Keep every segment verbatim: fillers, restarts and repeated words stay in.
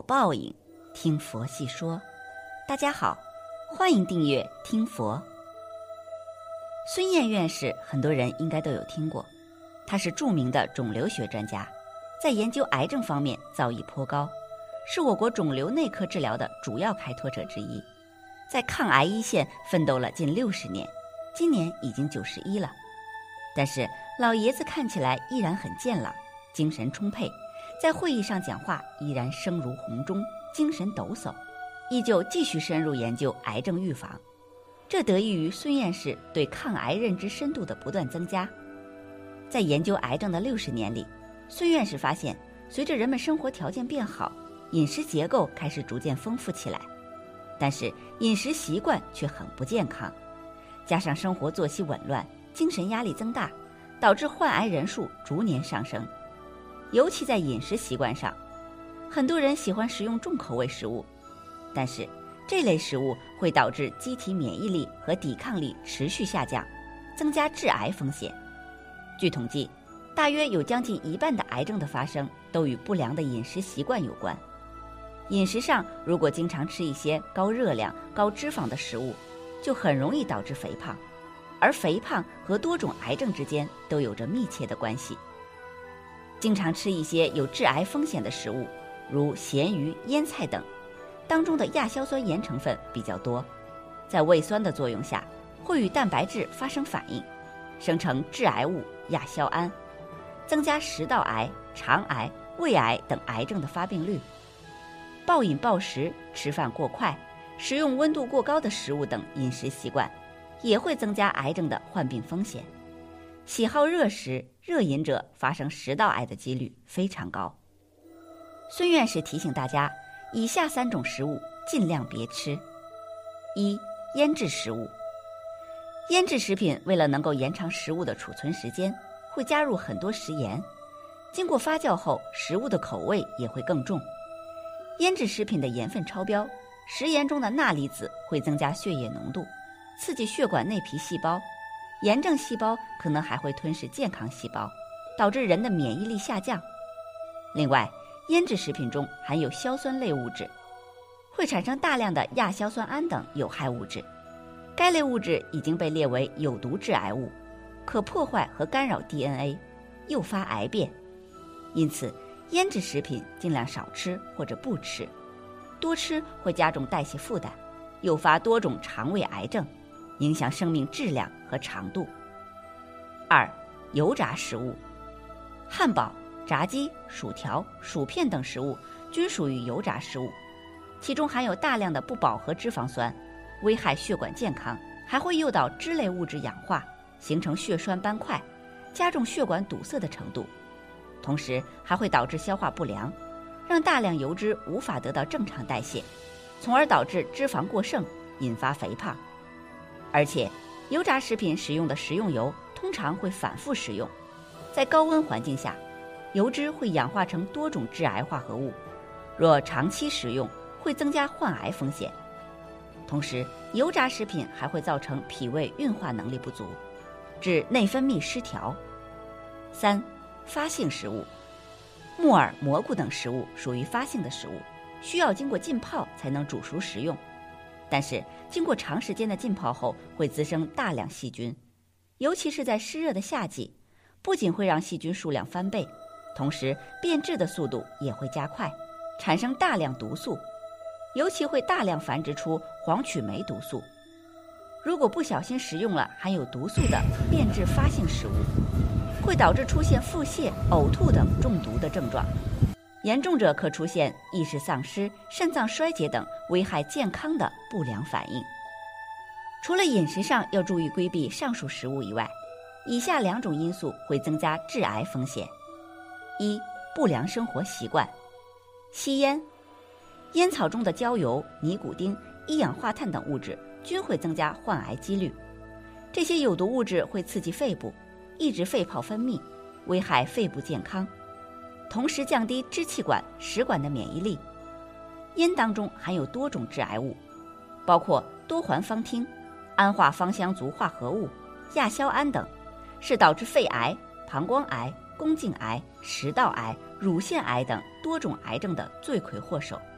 报应，听佛细说。大家好，欢迎订阅听佛。孙燕院士很多人应该都有听过，他是著名的肿瘤学专家，在研究癌症方面造诣颇高，是我国肿瘤内科治疗的主要开拓者之一，在抗癌一线奋斗了近六十年，今年已经九十一了。但是老爷子看起来依然很健朗，精神充沛，在会议上讲话依然声如洪钟，精神抖擞，依旧继续深入研究癌症预防。这得益于孙院士对抗癌认知深度的不断增加。在研究癌症的六十年里，孙院士发现，随着人们生活条件变好，饮食结构开始逐渐丰富起来，但是饮食习惯却很不健康，加上生活作息紊乱，精神压力增大，导致患癌人数逐年上升。尤其在饮食习惯上，很多人喜欢食用重口味食物，但是这类食物会导致机体免疫力和抵抗力持续下降，增加致癌风险。据统计，大约有将近一半的癌症的发生都与不良的饮食习惯有关。饮食上如果经常吃一些高热量、高脂肪的食物，就很容易导致肥胖，而肥胖和多种癌症之间都有着密切的关系。经常吃一些有致癌风险的食物，如咸鱼、腌菜等，当中的亚硝酸盐成分比较多，在胃酸的作用下，会与蛋白质发生反应，生成致癌物亚硝胺，增加食道癌、肠癌、胃癌等癌症的发病率。暴饮暴食、吃饭过快、食用温度过高的食物等饮食习惯，也会增加癌症的患病风险。喜好热食、热饮者发生食道癌的几率非常高。孙院士提醒大家，以下三种食物尽量别吃。一、腌制食物。腌制食品为了能够延长食物的储存时间，会加入很多食盐，经过发酵后，食物的口味也会更重。腌制食品的盐分超标，食盐中的钠离子会增加血液浓度，刺激血管内皮细胞，炎症细胞可能还会吞噬健康细胞，导致人的免疫力下降。另外，腌制食品中含有硝酸类物质，会产生大量的亚硝酸胺等有害物质，该类物质已经被列为有毒致癌物，可破坏和干扰 D N A， 诱发癌变。因此腌制食品尽量少吃或者不吃，多吃会加重代谢负担，诱发多种肠胃癌症，影响生命质量和长度。二、油炸食物。汉堡、炸鸡、薯条、薯片等食物均属于油炸食物，其中含有大量的不饱和脂肪酸，危害血管健康，还会诱导脂类物质氧化，形成血栓斑块，加重血管堵塞的程度，同时还会导致消化不良，让大量油脂无法得到正常代谢，从而导致脂肪过剩，引发肥胖。而且油炸食品使用的食用油通常会反复食用，在高温环境下，油脂会氧化成多种致癌化合物，若长期食用会增加患癌风险。同时油炸食品还会造成脾胃运化能力不足，致内分泌失调。三、发性食物。木耳、蘑菇等食物属于发性的食物，需要经过浸泡才能煮熟食用，但是经过长时间的浸泡后会滋生大量细菌，尤其是在湿热的夏季，不仅会让细菌数量翻倍，同时变质的速度也会加快，产生大量毒素，尤其会大量繁殖出黄曲霉毒素。如果不小心食用了含有毒素的变质发性食物，会导致出现腹泻、呕吐等中毒的症状，严重者可出现意识丧失、肾脏衰竭等危害健康的不良反应。除了饮食上要注意规避上述食物以外，以下两种因素会增加致癌风险。一、不良生活习惯。吸烟。烟草中的焦油、尼古丁、一氧化碳等物质均会增加患癌几率。这些有毒物质会刺激肺部，抑制肺泡分泌，危害肺部健康，同时降低支气管、食管的免疫力。烟当中含有多种致癌物，包括多环芳烃、胺化芳香族化合物、亚硝胺等，是导致肺癌、膀胱癌、宫颈癌、食道癌、乳腺癌等多种癌症的罪魁祸首。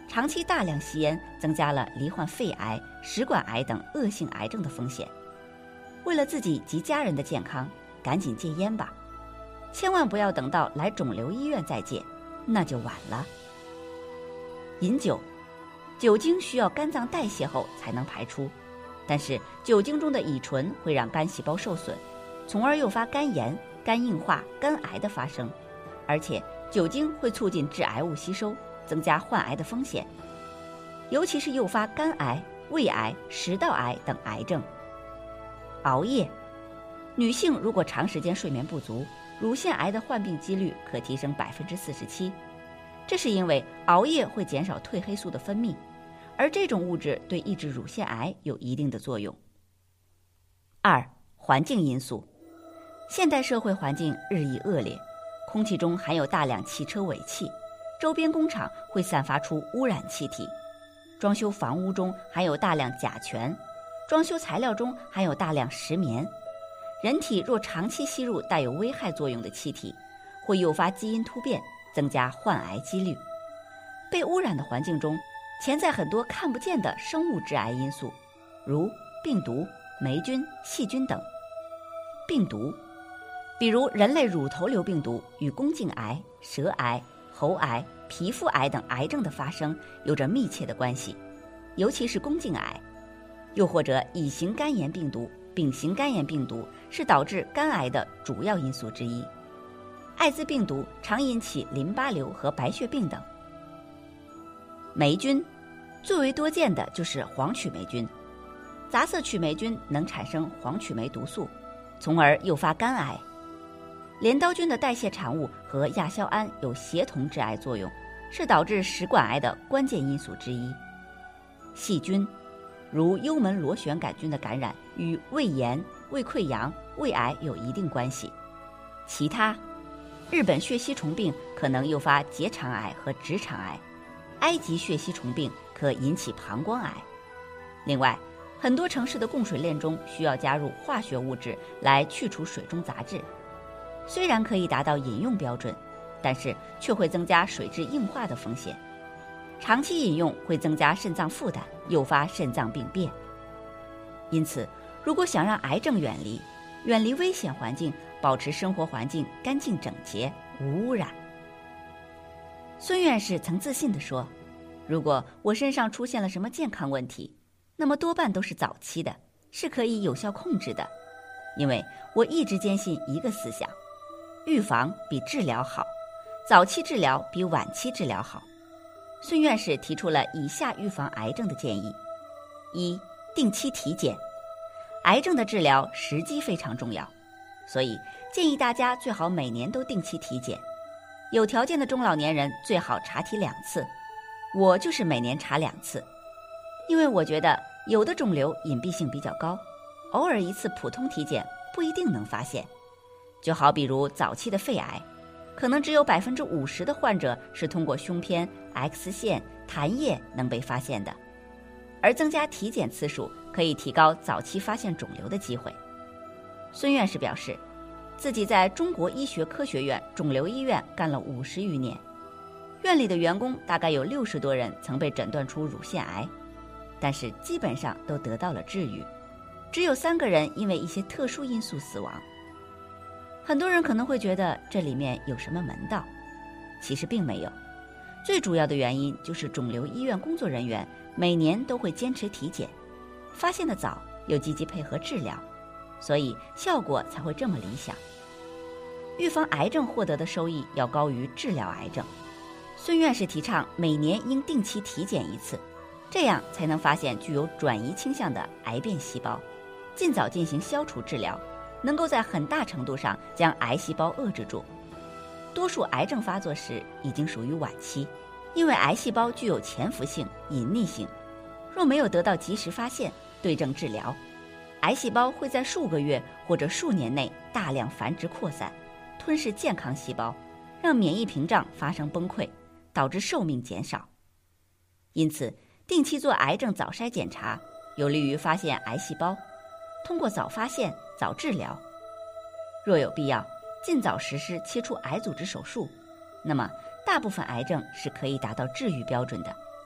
长期大量吸烟增加了罹患肺癌、食管癌等恶性癌症的风险。为了自己及家人的健康，赶紧戒烟吧，千万不要等到来肿瘤医院再戒，那就晚了。饮酒，酒精需要肝脏代谢后才能排出，但是酒精中的乙醇会让肝细胞受损，从而诱发肝炎、肝硬化、肝癌的发生，而且酒精会促进致癌物吸收，增加患癌的风险，尤其是诱发肝癌、胃癌、食道癌等癌症。熬夜，女性如果长时间睡眠不足，乳腺癌的患病几率可提升百分之四十七。这是因为熬夜会减少褪黑素的分泌，而这种物质对抑制乳腺癌有一定的作用。二、环境因素。现代社会环境日益恶劣，空气中含有大量汽车尾气，周边工厂会散发出污染气体，装修房屋中含有大量甲醛，装修材料中含有大量石棉。人体若长期吸入带有危害作用的气体，会诱发基因突变，增加患癌几率。被污染的环境中潜在很多看不见的生物致癌因素，如病毒、霉菌、细菌等。病毒，比如人类乳头瘤病毒与宫颈癌、舌癌、喉癌、皮肤癌等癌症的发生有着密切的关系，尤其是宫颈癌。又或者乙型肝炎病毒、丙型肝炎病毒是导致肝癌的主要因素之一。艾滋病毒常引起淋巴瘤和白血病等。霉菌，最为多见的就是黄曲霉菌。杂色曲霉菌能产生黄曲霉毒素，从而诱发肝癌。镰刀菌的代谢产物和亚硝胺有协同致癌作用，是导致食管癌的关键因素之一。细菌，如幽门螺旋杆菌的感染与胃炎、胃溃疡、胃癌有一定关系。其他，日本血吸虫病可能诱发结肠癌和直肠癌，埃及血吸虫病可引起膀胱癌。另外，很多城市的供水链中需要加入化学物质来去除水中杂质，虽然可以达到饮用标准，但是却会增加水质硬化的风险。长期饮用会增加肾脏负担，诱发肾脏病变。因此，如果想让癌症远离，远离危险环境，保持生活环境干净整洁、无污染。孙院士曾自信地说，如果我身上出现了什么健康问题，那么多半都是早期的，是可以有效控制的。因为我一直坚信一个思想，预防比治疗好，早期治疗比晚期治疗好。孙院士提出了以下预防癌症的建议：一、定期体检。癌症的治疗时机非常重要，所以建议大家最好每年都定期体检。有条件的中老年人最好查体两次，我就是每年查两次，因为我觉得有的肿瘤隐蔽性比较高，偶尔一次普通体检不一定能发现。就好比如早期的肺癌，可能只有百分之五十的患者是通过胸片、X 线、痰液能被发现的，而增加体检次数可以提高早期发现肿瘤的机会。孙院士表示，自己在中国医学科学院肿瘤医院干了五十余年，院里的员工大概有六十多人曾被诊断出乳腺癌，但是基本上都得到了治愈，只有三个人因为一些特殊因素死亡。很多人可能会觉得这里面有什么门道，其实并没有。最主要的原因就是肿瘤医院工作人员每年都会坚持体检，发现的早，又积极配合治疗，所以效果才会这么理想。预防癌症获得的收益要高于治疗癌症。孙院士提倡每年应定期体检一次，这样才能发现具有转移倾向的癌变细胞，尽早进行消除治疗，能够在很大程度上将癌细胞遏制住。多数癌症发作时已经属于晚期，因为癌细胞具有潜伏性、隐匿性，若没有得到及时发现、对症治疗，癌细胞会在数个月或者数年内大量繁殖扩散，吞噬健康细胞，让免疫屏障发生崩溃，导致寿命减少。因此，定期做癌症早筛检查，有利于发现癌细胞，通过早发现、早治疗。若有必要，尽早实施切除癌组织手术，那么大部分癌症是可以达到治愈标准的。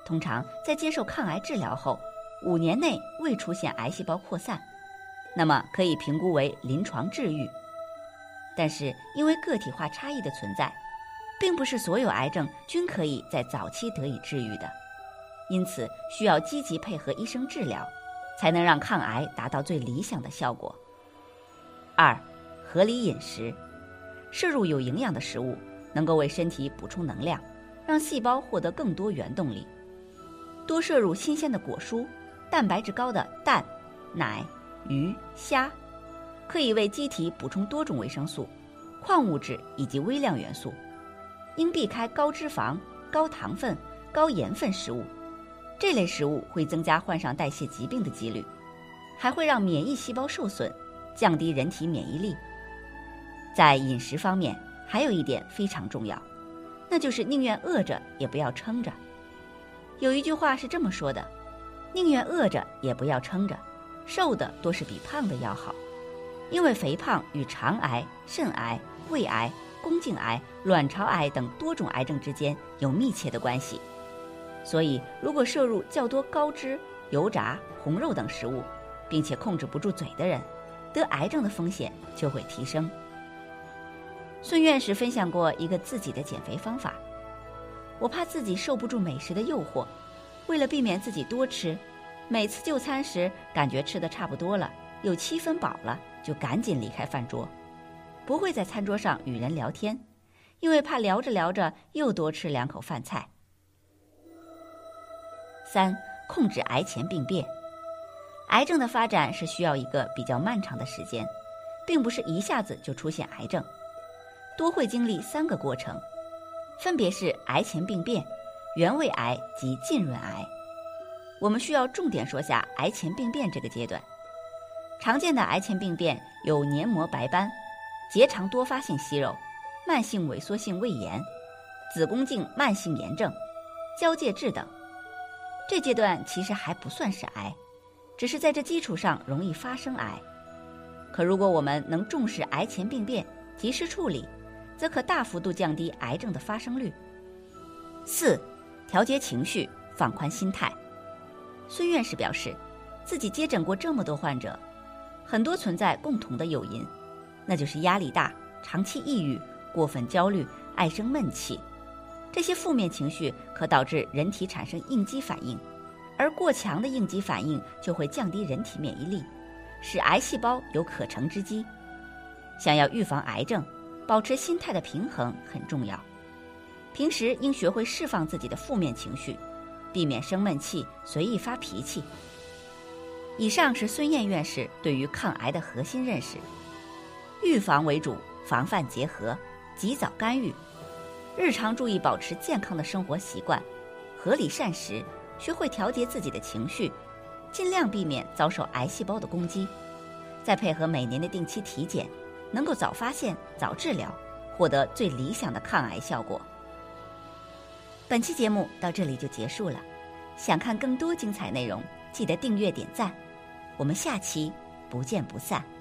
通常在接受抗癌治疗后，五年内未出现癌细胞扩散，那么可以评估为临床治愈。但是因为个体化差异的存在，并不是所有癌症均可以在早期得以治愈的，因此需要积极配合医生治疗，才能让抗癌达到最理想的效果。二、合理饮食，摄入有营养的食物，能够为身体补充能量，让细胞获得更多原动力。多摄入新鲜的果蔬，蛋白质高的蛋、奶、鱼、虾，可以为机体补充多种维生素、矿物质以及微量元素。应避开高脂肪、高糖分、高盐分食物，这类食物会增加患上代谢疾病的几率，还会让免疫细胞受损，降低人体免疫力。在饮食方面，还有一点非常重要，那就是宁愿饿着也不要撑着。有一句话是这么说的：宁愿饿着也不要撑着，瘦的多是比胖的要好。因为肥胖与肠癌、肾癌、胃癌、宫颈癌、卵巢癌等多种癌症之间有密切的关系。所以如果摄入较多高脂、油炸、红肉等食物，并且控制不住嘴的人，得癌症的风险就会提升。孙院士分享过一个自己的减肥方法：我怕自己受不住美食的诱惑，为了避免自己多吃，每次就餐时感觉吃得差不多了，有七分饱了，就赶紧离开饭桌，不会在餐桌上与人聊天，因为怕聊着聊着又多吃两口饭菜。三、控制癌前病变。癌症的发展是需要一个比较漫长的时间，并不是一下子就出现癌症，多会经历三个过程，分别是癌前病变、原位癌及浸润癌。我们需要重点说下癌前病变这个阶段。常见的癌前病变有黏膜白斑、结肠多发性息肉、慢性萎缩性胃炎、子宫颈慢性炎症、交界痣等。这阶段其实还不算是癌，只是在这基础上容易发生癌。可如果我们能重视癌前病变，及时处理，则可大幅度降低癌症的发生率。四、调节情绪，放宽心态。孙院士表示，自己接诊过这么多患者，很多存在共同的诱因，那就是压力大、长期抑郁、过分焦虑、爱生闷气。这些负面情绪可导致人体产生应激反应，而过强的应激反应就会降低人体免疫力，使癌细胞有可乘之机。想要预防癌症，保持心态的平衡很重要。平时应学会释放自己的负面情绪，避免生闷气、随意发脾气。以上是孙燕院士对于抗癌的核心认识：预防为主，防范结合，及早干预。日常注意保持健康的生活习惯，合理膳食，学会调节自己的情绪，尽量避免遭受癌细胞的攻击。再配合每年的定期体检，能够早发现、早治疗，获得最理想的抗癌效果。本期节目到这里就结束了，想看更多精彩内容，记得订阅点赞。我们下期不见不散。